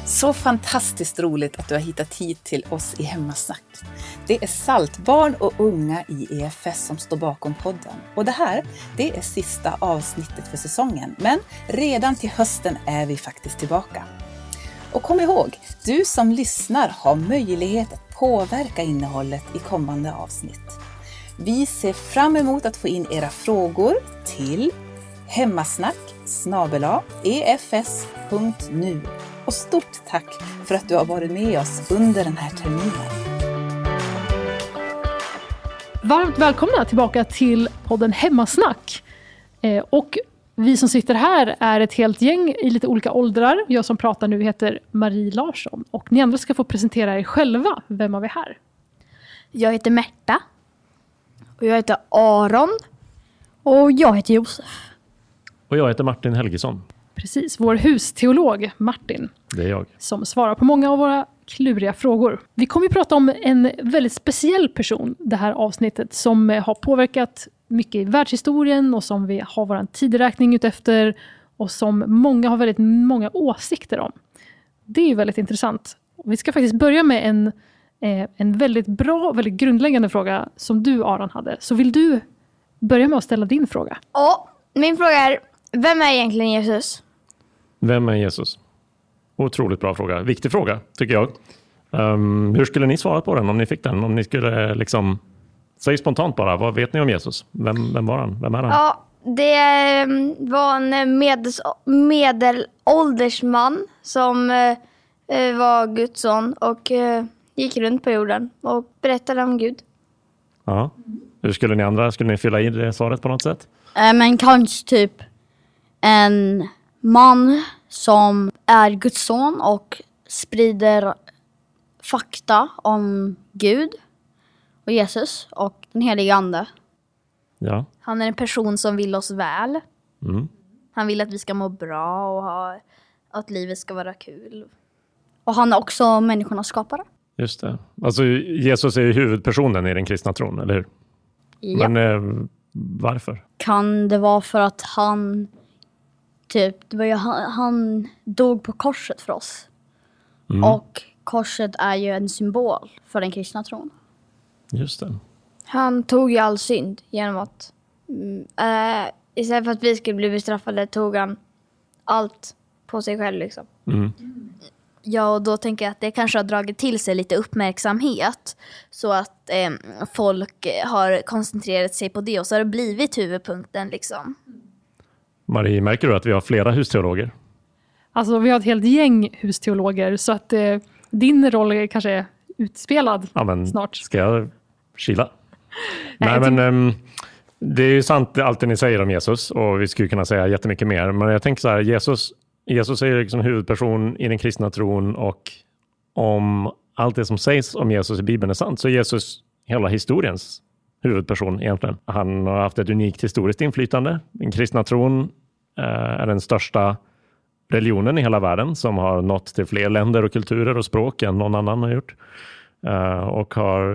Så fantastiskt roligt att du har hittat hit till oss i Hemmasnack. Det är Saltbarn och unga i EFS som står bakom podden. Och det här, det är sista avsnittet för säsongen. Men redan till hösten är vi faktiskt tillbaka. Och kom ihåg, du som lyssnar har möjlighet att påverka innehållet i kommande avsnitt. Vi ser fram emot att få in era frågor till hemmasnack@efs.nu. Och stort tack för att du har varit med oss under den här terminen. Varmt välkomna tillbaka till podden Hemmasnack. Och vi som sitter här är ett helt gäng i lite olika åldrar. Jag som pratar nu heter Marie Larsson. Och ni andra ska få presentera er själva. Vem har vi här? Jag heter Märta. Och jag heter Aron. Och jag heter Josef. Och jag heter Martin Helgesson. Precis, vår husteolog Martin. Det är jag. Som svarar på många av våra kluriga frågor. Vi kommer att prata om en väldigt speciell person det här avsnittet som har påverkat mycket i världshistorien och som vi har vår tideräkning utefter och som många har väldigt många åsikter om. Det är ju väldigt intressant. Vi ska faktiskt börja med en väldigt bra, väldigt grundläggande fråga som du, Aron, hade. Så vill du börja med att ställa din fråga? Ja, min fråga är, vem är egentligen Jesus? Vem är Jesus? Otroligt bra fråga. Viktig fråga, tycker jag. Hur skulle ni svara på den om ni fick den? Om ni skulle säg spontant bara, vad vet ni om Jesus? Vem var han? Vem är han? Ja, det var en medelålders man som var Guds son och gick runt på jorden och berättade om Gud. Ja. Hur skulle ni andra, skulle ni fylla i det svaret på något sätt? Men kanske typ en man som är Guds son och sprider fakta om Gud och Jesus och den heliga ande. Ja. Han är en person som vill oss väl. Mm. Han vill att vi ska må bra och att livet ska vara kul. Och han är också människornas skapare. Just det. Alltså Jesus är ju huvudpersonen i den kristna tron, eller hur? Ja. Men varför? Kan det vara för att han han dog på korset för oss. Mm. Och korset är ju en symbol för den kristna tron. Just det. Han tog ju all synd genom att istället för att vi skulle bli bestraffade tog han allt på sig själv liksom. Mm. Ja, och då tänker jag att det kanske har dragit till sig lite uppmärksamhet så att folk har koncentrerat sig på det och så har det blivit huvudpunkten liksom. Marie, märker du att vi har flera husteologer? Alltså vi har ett helt gäng husteologer så att din roll kanske är utspelad snart. Ska jag kila? Nej, men det är ju sant allt det ni säger om Jesus och vi skulle kunna säga jättemycket mer. Men jag tänker så här, Jesus är liksom huvudperson i den kristna tron och om allt det som sägs om Jesus i Bibeln är sant så är Jesus hela historiens huvudperson egentligen. Han har haft ett unikt historiskt inflytande. Den kristna tron är den största religionen i hela världen som har nått till fler länder och kulturer och språk än någon annan har gjort. Och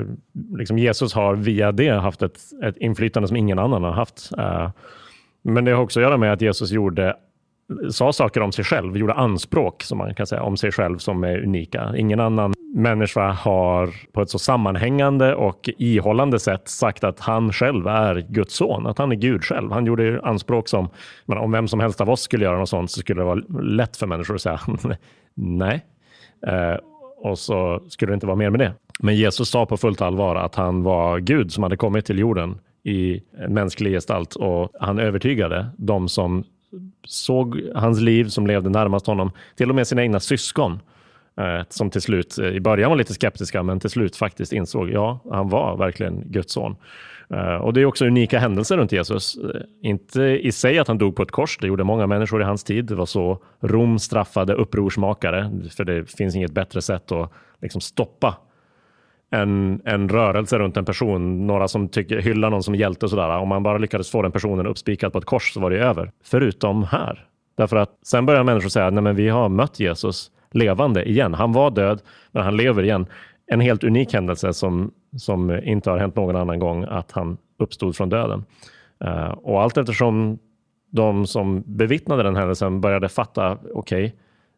Jesus har via det haft ett inflytande som ingen annan har haft. Men det har också att göra med att Jesus sa saker om sig själv, gjorde anspråk som man kan säga om sig själv som är unika. Ingen annan människa har på ett så sammanhängande och ihållande sätt sagt att han själv är Guds son, att han är Gud själv. Han gjorde anspråk som, men om vem som helst av oss skulle göra något sånt så skulle det vara lätt för människor att säga nej. Och så skulle det inte vara mer med det. Men Jesus sa på fullt allvar att han var Gud som hade kommit till jorden i mänsklig gestalt och han övertygade de som såg hans liv, som levde närmast honom, till och med sina egna syskon som till slut, i början var lite skeptiska men till slut faktiskt insåg, han var verkligen Guds son. Och det är också unika händelser runt Jesus. Inte i sig att han dog på ett kors, det gjorde många människor i hans tid. Det var så Rom straffade upprorsmakare, för det finns inget bättre sätt att liksom stoppa en rörelse runt en person, några som hyllar någon som hjälte och sådär. Om man bara lyckades få den personen uppspikad på ett kors så var det över. Förutom här. Därför att sen börjar människor säga, nej men vi har mött Jesus levande igen. Han var död, men han lever igen. En helt unik händelse som inte har hänt någon annan gång, att han uppstod från döden. Och allt eftersom de som bevittnade den händelsen började fatta, okej,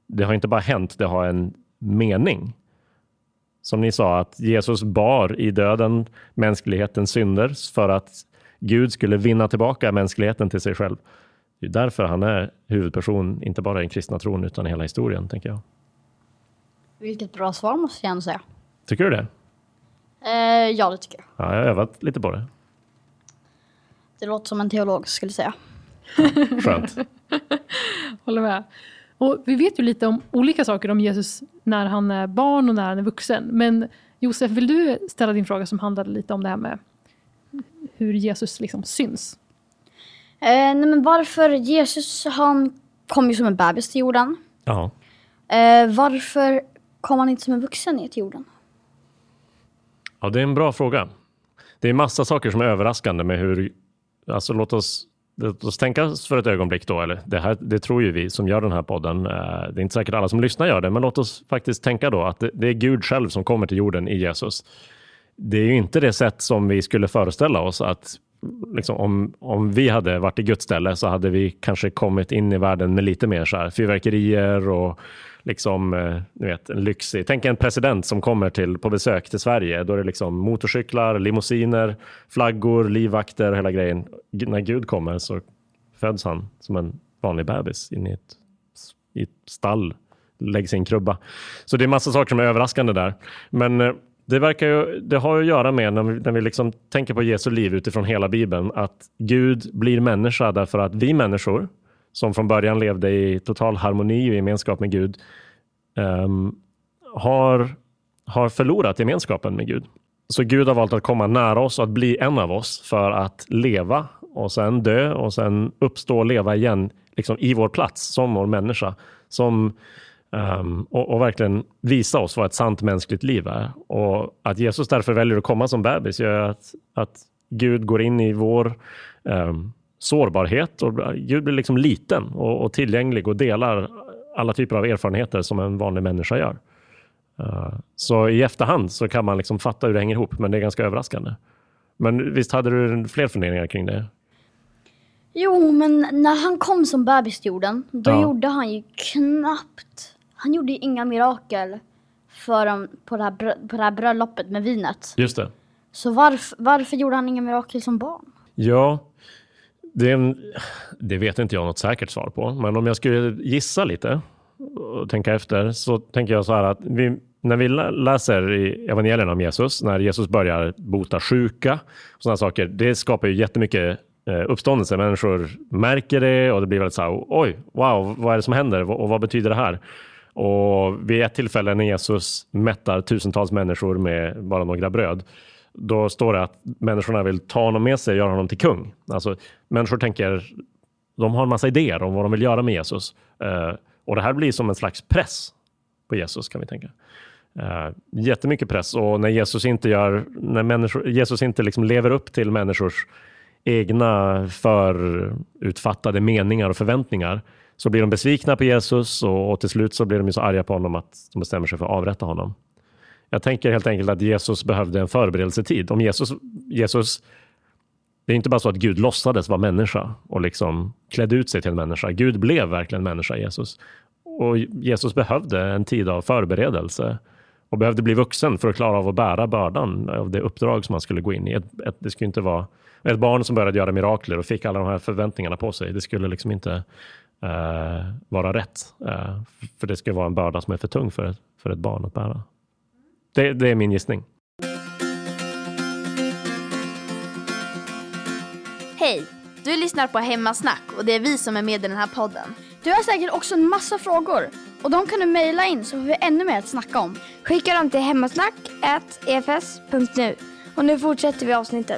det har inte bara hänt, det har en mening. Som ni sa, att Jesus bar i döden mänsklighetens synder för att Gud skulle vinna tillbaka mänskligheten till sig själv. Det är därför han är huvudperson, inte bara i den kristna tron utan i hela historien, tänker jag. Vilket bra svar måste jag ändå säga. Tycker du det? Ja, det tycker jag. Ja, jag har övat lite på det. Det låter som en teolog skulle säga. Skönt. Håller med. Och vi vet ju lite om olika saker om Jesus när han är barn och när han är vuxen. Men Josef, vill du ställa din fråga som handlade lite om det här med hur Jesus liksom syns? Nej, men varför Jesus, han kom ju som en bebis till jorden. Ja. Varför kom han inte som en vuxen ner till jorden? Ja, det är en bra fråga. Det är massa saker som är överraskande med hur, alltså låt oss tänka för ett ögonblick då, eller det tror ju vi som gör den här podden. Det är inte säkert alla som lyssnar gör det, men låt oss faktiskt tänka då att det är Gud själv som kommer till jorden i Jesus. Det är ju inte det sätt som vi skulle föreställa oss att liksom, om vi hade varit i Guds ställe så hade vi kanske kommit in i världen med lite mer så här fyrverkerier och liksom, ni vet, en lyxig. Tänk en president som kommer på besök till Sverige. Då är det liksom motorcyklar, limousiner, flaggor, livvakter, hela grejen. När Gud kommer så föds han som en vanlig bebis in i ett stall, läggs i en krubba. Så det är massa saker som är överraskande där. Men det har att göra med när vi liksom tänker på Jesu liv utifrån hela Bibeln, att Gud blir människa därför att vi människor som från början levde i total harmoni och gemenskap med Gud har förlorat gemenskapen med Gud. Så Gud har valt att komma nära oss och att bli en av oss för att leva och sen dö och sen uppstå och leva igen liksom i vår plats som vår människa. Och verkligen visa oss vad ett sant mänskligt liv är. Och att Jesus därför väljer att komma som bebis gör att Gud går in i vår sårbarhet och Gud blir liksom liten och tillgänglig och delar alla typer av erfarenheter som en vanlig människa gör. Så i efterhand så kan man liksom fatta hur det hänger ihop, men det är ganska överraskande. Men visst hade du fler funderingar kring det? Jo, men när han kom som bebis till jorden, då gjorde han ju han gjorde ju inga mirakel på det här bröllopet med vinet. Just det. Så varför gjorde han inga mirakel som barn? Ja, det vet inte jag något säkert svar på. Men om jag skulle gissa lite och tänka efter, så tänker jag så här att när vi läser i evangelierna om Jesus, när Jesus börjar bota sjuka och sådana saker, det skapar ju jättemycket uppståndelse. Människor märker det och det blir väldigt så här, oj, wow, vad är det som händer och vad betyder det här? Och vid ett tillfälle när Jesus mättar tusentals människor med bara några bröd, då står det att människorna vill ta honom med sig och göra honom till kung. Alltså människor tänker, de har en massa idéer om vad de vill göra med Jesus. Och det här blir som en slags press på Jesus, kan vi tänka. Jättemycket press. Och när Jesus inte liksom lever upp till människors egna förutfattade meningar och förväntningar, så blir de besvikna på Jesus och till slut så blir de så arga på honom att de bestämmer sig för att avrätta honom. Jag tänker helt enkelt att Jesus behövde en förberedelsetid. Om Jesus, det är inte bara så att Gud låtsades vara människa och liksom klädde ut sig till en människa. Gud blev verkligen människa, Jesus. Och Jesus behövde en tid av förberedelse och behövde bli vuxen för att klara av att bära bördan av det uppdrag som han skulle gå in i. Det skulle inte vara ett barn som började göra mirakler och fick alla de här förväntningarna på sig. Det skulle liksom inte vara rätt. För det skulle vara en börda som är för tung för ett barn att bära. Det är min gissning. Hej! Du lyssnar på Hemmasnack och det är vi som är med i den här podden. Du har säkert också en massa frågor och de kan du mejla in så får vi ännu mer att snacka om. Skicka dem till hemmasnack@efs.nu. Och nu fortsätter vi avsnittet.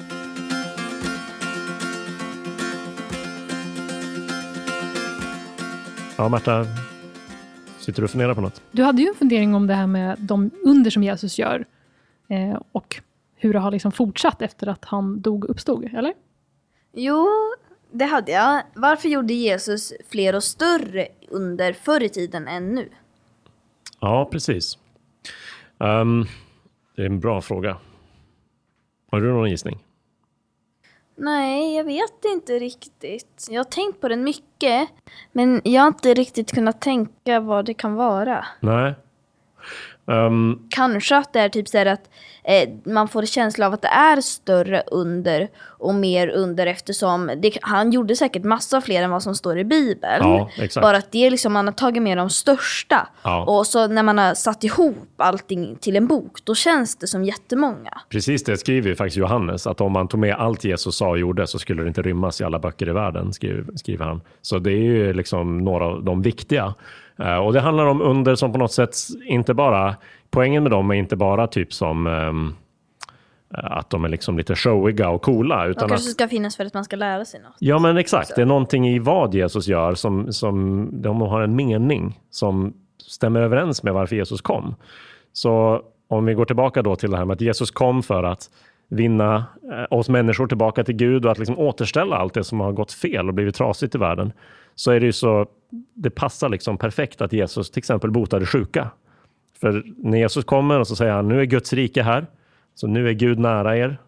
Ja, Märta, sitter du och funderar på något? Du hade ju en fundering om det här med de under som Jesus gör och hur det har liksom fortsatt efter att han dog och uppstod, eller? Jo, det hade jag. Varför gjorde Jesus fler och större under förr i tiden än nu? Ja, precis. Det är en bra fråga. Har du någon gissning? Nej, jag vet inte riktigt. Jag har tänkt på den mycket, men jag har inte riktigt kunnat tänka vad det kan vara. Nej. Kanske att det är typ så här att man får känsla av att det är större under och mer under eftersom han gjorde säkert massa fler än vad som står i Bibeln. Ja, exakt. Bara att det är liksom, man har tagit med de största. Ja. Och så när man har satt ihop allting till en bok, då känns det som jättemånga. Precis det skriver ju faktiskt Johannes, att om man tog med allt Jesus sa och gjorde så skulle det inte rymmas i alla böcker i världen, skriver han. Så det är ju liksom några av de viktiga. Och det handlar om under som på något sätt inte bara, poängen med dem är inte bara typ som att de är liksom lite showiga och coola. Utan de kanske ska finnas för att man ska lära sig något. Ja, men exakt. Det är någonting i vad Jesus gör som de har en mening som stämmer överens med varför Jesus kom. Så om vi går tillbaka då till det här med att Jesus kom för att vinna oss människor tillbaka till Gud och att liksom återställa allt det som har gått fel och blivit trasigt i världen, så är det ju så, det passar liksom perfekt att Jesus till exempel botade sjuka. För när Jesus kommer och så säger han, nu är Guds rike här, så nu är Gud nära er,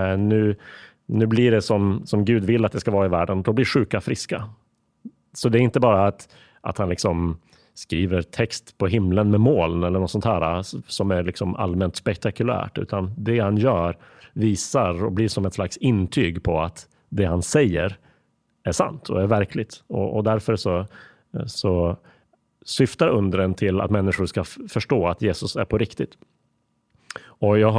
nu blir det som Gud vill att det ska vara i världen, då blir sjuka friska. Så det är inte bara att han liksom skriver text på himlen med moln eller något sånt här som är liksom allmänt spektakulärt, utan det han gör visar och blir som ett slags intyg på att det han säger är sant och är verkligt. Och därför så syftar undren till att människor ska förstå att Jesus är på riktigt. Och jag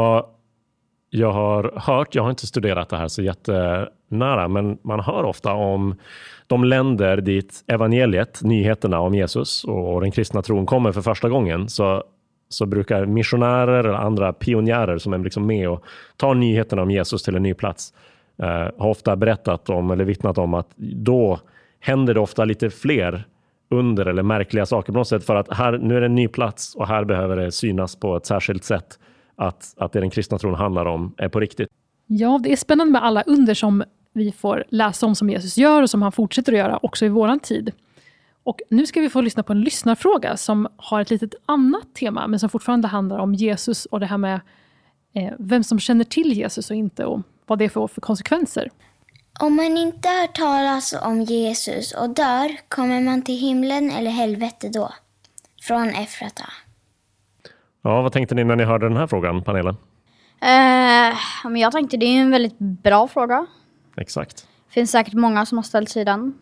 har hört, jag har inte studerat det här så jättenära, men man hör ofta om de länder dit evangeliet, nyheterna om Jesus och den kristna tron kommer för första gången, så brukar missionärer eller andra pionjärer som är liksom med och tar nyheterna om Jesus till en ny plats har ofta berättat om eller vittnat om att då händer det ofta lite fler under eller märkliga saker på något sätt, för att här, nu är det en ny plats och här behöver det synas på ett särskilt sätt att det den kristna tron handlar om är på riktigt. Ja, det är spännande med alla under som vi får läsa om som Jesus gör och som han fortsätter att göra också i våran tid. Och nu ska vi få lyssna på en lyssnarfråga som har ett litet annat tema, men som fortfarande handlar om Jesus och det här med vem som känner till Jesus och inte, och vad det får för konsekvenser. Om man inte hör talas om Jesus och dör, kommer man till himlen eller helvete då? Från Efrata. Ja, vad tänkte ni när ni hörde den här frågan, panelen? Men jag tänkte det är en väldigt bra fråga. Exakt. Det finns säkert många som har ställt sig den.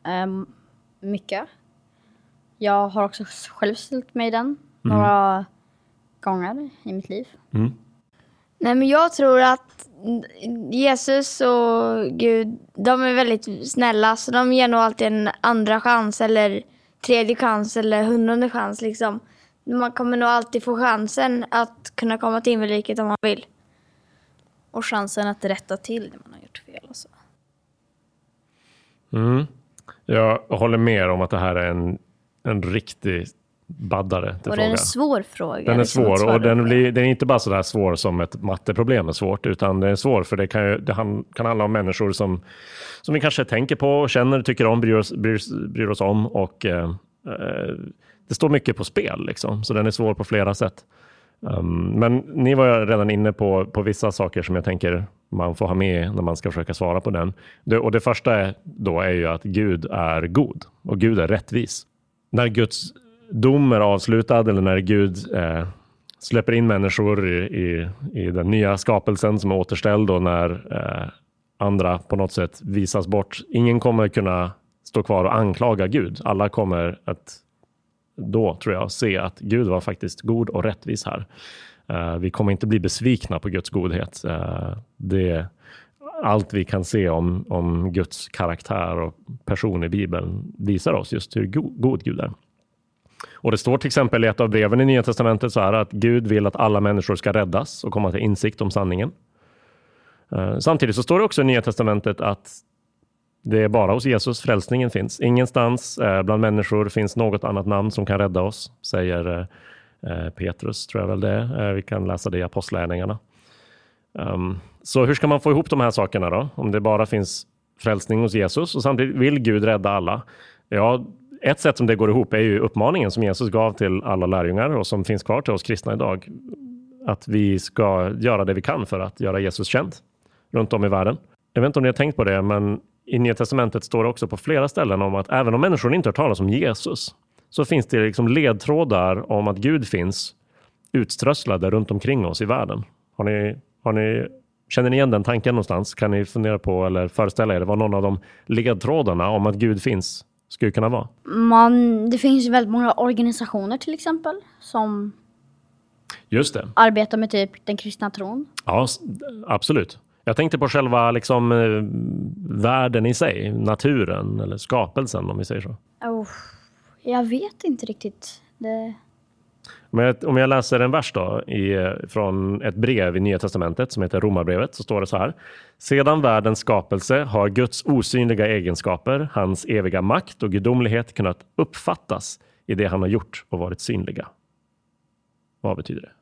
Mycket. Jag har också själv ställt mig den några gånger i mitt liv. Mm. Nej, men jag tror att Jesus och Gud, de är väldigt snälla, så de ger nog alltid en andra chans eller tredje chans eller 100:e chans liksom. Man kommer nog alltid få chansen att kunna komma till himmelriket om man vill. Och chansen att rätta till det man har gjort fel och så. Mm. Jag håller med om att det här är en riktig baddare till och fråga. det är en svår fråga. Den är svår, och den är inte bara så där svår som ett matteproblem är svårt, utan det är svår för det kan handla om människor som vi kanske tänker på, känner, tycker om, bryr oss om, och det står mycket på spel liksom, så den är svår på flera sätt. Men ni var redan inne på vissa saker som jag tänker man får ha med när man ska försöka svara på den. Och det första är ju att Gud är god och Gud är rättvis. När Guds dom är avslutad, eller när Gud släpper in människor i den nya skapelsen som är återställd, och när andra på något sätt visas bort, ingen kommer kunna stå kvar och anklaga Gud. Alla kommer att då, tror jag, se att Gud var faktiskt god och rättvis här. Vi kommer inte bli besvikna på Guds godhet. Allt vi kan se om Guds karaktär och person i Bibeln visar oss just hur god Gud är. Och det står till exempel i ett av breven i Nya testamentet så här att Gud vill att alla människor ska räddas och komma till insikt om sanningen. Samtidigt så står det också i Nya testamentet att det är bara hos Jesus frälsningen finns. Ingenstans bland människor finns något annat namn som kan rädda oss, säger Petrus, tror jag väl det. Vi kan läsa det i Apostlagärningarna. Så hur ska man få ihop de här sakerna då? Om det bara finns frälsning hos Jesus och samtidigt vill Gud rädda alla. Ja, ett sätt som det går ihop är ju uppmaningen som Jesus gav till alla lärjungar och som finns kvar till oss kristna idag. Att vi ska göra det vi kan för att göra Jesus känd runt om i världen. jag vet inte om ni har tänkt på det, men i Nya testamentet står det också på flera ställen om att även om människor inte har talat om Jesus, så finns det liksom ledtrådar om att Gud finns utströsslade runt omkring oss i världen. Känner ni igen den tanken någonstans? Kan ni fundera på eller föreställa er vad någon av de ledtrådarna om att Gud finns skulle kunna vara? Det finns ju väldigt många organisationer till exempel som Just det. arbetar med typ den kristna tron. Ja, absolut. Jag tänkte på själva liksom, världen i sig, naturen eller skapelsen om vi säger så. Jag vet inte riktigt. Om jag läser en vers då från ett brev i Nya testamentet som heter Romarbrevet, så står det så här: sedan världens skapelse har Guds osynliga egenskaper, hans eviga makt och gudomlighet kunnat uppfattas i det han har gjort och varit synliga. Vad betyder det?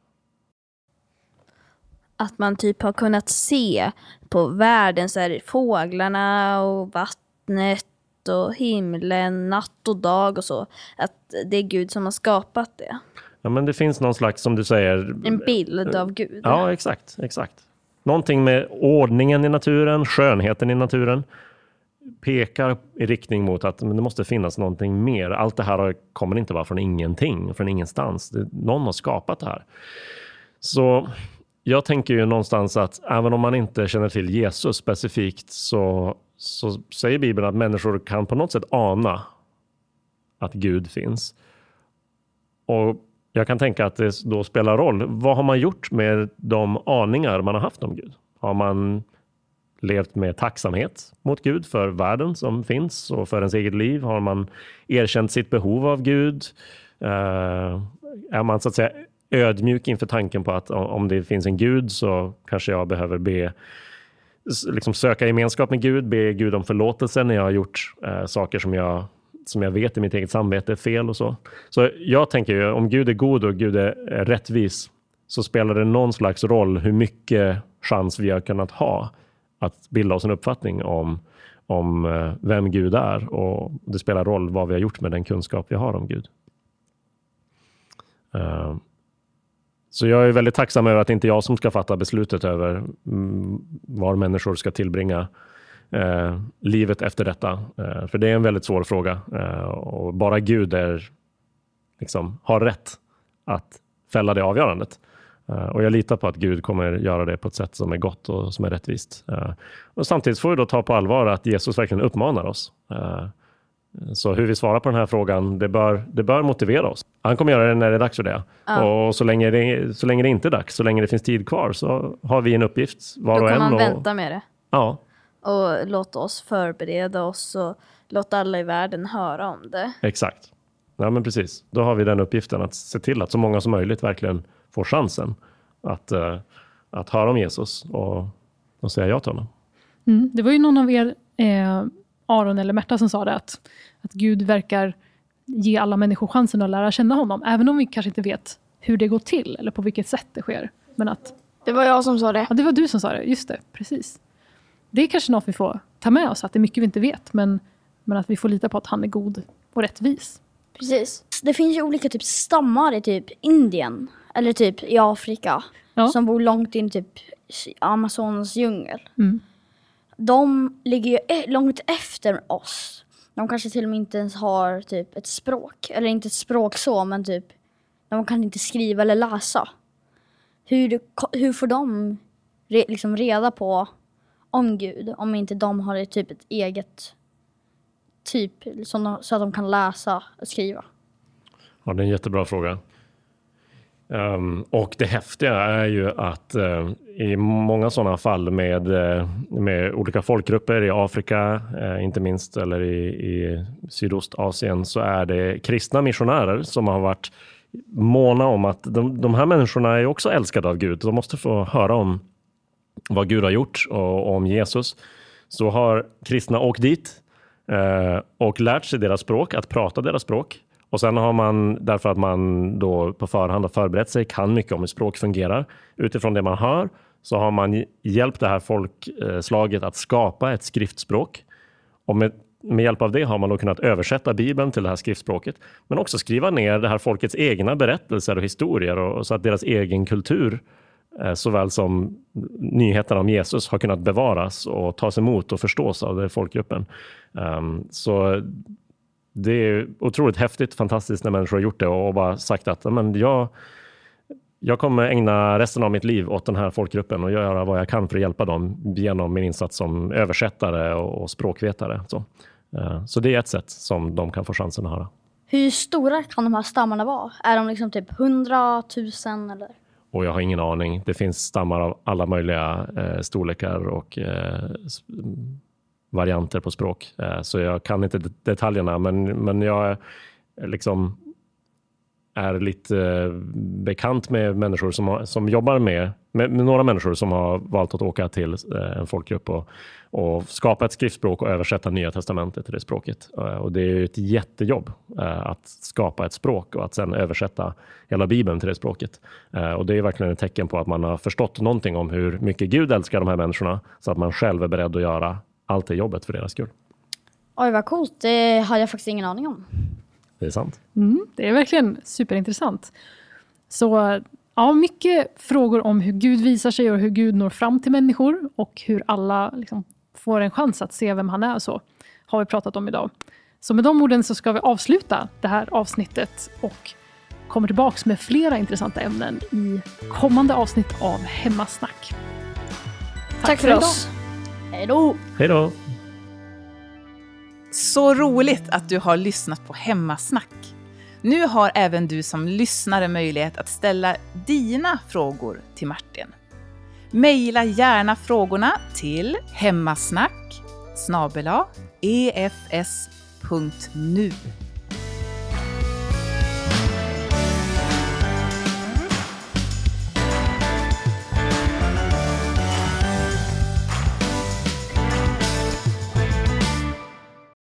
Att man typ har kunnat se på världen, så här, fåglarna och vattnet och himlen, natt och dag och så. Att det är Gud som har skapat det. Ja, men det finns någon slags, som du säger... En bild av Gud. Ja, exakt. Någonting med ordningen i naturen, skönheten i naturen pekar i riktning mot att det måste finnas någonting mer. Allt det här kommer inte bara från ingenting, från ingenstans. Någon har skapat det här. Så jag tänker ju någonstans att även om man inte känner till Jesus specifikt, så säger Bibeln att människor kan på något sätt ana att Gud finns. Och jag kan tänka att det då spelar roll. Vad har man gjort med de aningar man har haft om Gud? Har man levt med tacksamhet mot Gud för världen som finns och för ens eget liv? Har man erkänt sitt behov av Gud? Är man så att säga ödmjuk inför tanken på att om det finns en Gud så kanske jag behöver liksom söka gemenskap med Gud, be Gud om förlåtelse när jag har gjort saker som jag vet i mitt eget samvete är fel och så. Så jag tänker ju, om Gud är god och Gud är rättvis, så spelar det någon slags roll hur mycket chans vi har kunnat ha att bilda oss en uppfattning om vem Gud är, och det spelar roll vad vi har gjort med den kunskap vi har om Gud. Så jag är väldigt tacksam över att det inte är jag som ska fatta beslutet över var människor ska tillbringa livet efter detta. För det är en väldigt svår fråga. Och bara Gud har rätt att fälla det avgörandet. Och jag litar på att Gud kommer göra det på ett sätt som är gott och som är rättvist. Och samtidigt får vi då ta på allvar att Jesus verkligen uppmanar oss. Så hur vi svarar på den här frågan, det bör motivera oss. Han kommer göra det när det är dags för det. Ja. Och så länge det inte är dags, så länge det finns tid kvar, så har vi en uppgift var och en. Då kan man vänta med det. Ja. Och låta oss förbereda oss och låta alla i världen höra om det. Exakt. Ja, men precis. Då har vi den uppgiften att se till att så många som möjligt verkligen får chansen att höra om Jesus och säga ja till honom. Det var ju någon av er, Aron eller Märta, som sa det, att Gud verkar ge alla människor chansen att lära känna honom, även om vi kanske inte vet hur det går till eller på vilket sätt det sker. Men att... Det var jag som sa det. Ja, det var du som sa det. Just det, precis. Det är kanske något vi får ta med oss, att det är mycket vi inte vet, men att vi får lita på att han är god och rättvis. Precis. Det finns ju olika typ stammar i typ Indien eller typ i Afrika som bor långt in typ Amazonas djungel. De ligger ju långt efter oss. De kanske till och med inte ens har typ ett språk, eller inte ett språk så, men typ de kan inte skriva eller läsa. Hur får de liksom reda på om Gud om inte de har typ ett eget typ så att de kan läsa och skriva? Ja, det är en jättebra fråga. Och det häftiga är ju att i många sådana fall med olika folkgrupper i Afrika, inte minst, eller i Sydostasien, så är det kristna missionärer som har varit måna om att de här människorna är också älskade av Gud. De måste få höra om vad Gud har gjort och om Jesus. Så har kristna åkt dit och lärt sig deras språk, att prata deras språk. Och sen har man, därför att man då på förhand har förberett sig, kan mycket om hur språk fungerar. Utifrån det man hör så har man hjälpt det här folkslaget att skapa ett skriftspråk. Och med hjälp av det har man då kunnat översätta Bibeln till det här skriftspråket. Men också skriva ner det här folkets egna berättelser och historier, och så att deras egen kultur såväl som nyheterna om Jesus har kunnat bevaras och tas emot och förstås av den folkgruppen. Så det är otroligt häftigt, fantastiskt när människor har gjort det och bara sagt att men jag kommer ägna resten av mitt liv åt den här folkgruppen och göra vad jag kan för att hjälpa dem genom min insats som översättare och språkvetare. Så det är ett sätt som de kan få chansen att höra. Hur stora kan de här stammarna vara? Är de liksom typ 100 000 eller? Och jag har ingen aning. Det finns stammar av alla möjliga storlekar och varianter på språk. Så jag kan inte detaljerna, men jag liksom är lite bekant med människor som jobbar med några människor som har valt att åka till en folkgrupp och skapa ett skriftspråk och översätta Nya testamentet till det språket. Och det är ju ett jättejobb att skapa ett språk och att sedan översätta hela Bibeln till det språket. Och det är verkligen ett tecken på att man har förstått någonting om hur mycket Gud älskar de här människorna så att man själv är beredd att göra allt det jobbet för deras skull. Oj, vad coolt. Det hade jag faktiskt ingen aning om. Det är sant. Det är verkligen superintressant. Så ja, mycket frågor om hur Gud visar sig och hur Gud når fram till människor och hur alla liksom får en chans att se vem han är och så har vi pratat om idag. Så med de orden så ska vi avsluta det här avsnittet och kommer tillbaka med flera intressanta ämnen i kommande avsnitt av Hemmasnack. Tack för oss. Hej då! Hej då! Så roligt att du har lyssnat på Hemmasnack. Nu har även du som lyssnare möjlighet att ställa dina frågor till Martin. Maila gärna frågorna till hemmasnack@efs.nu.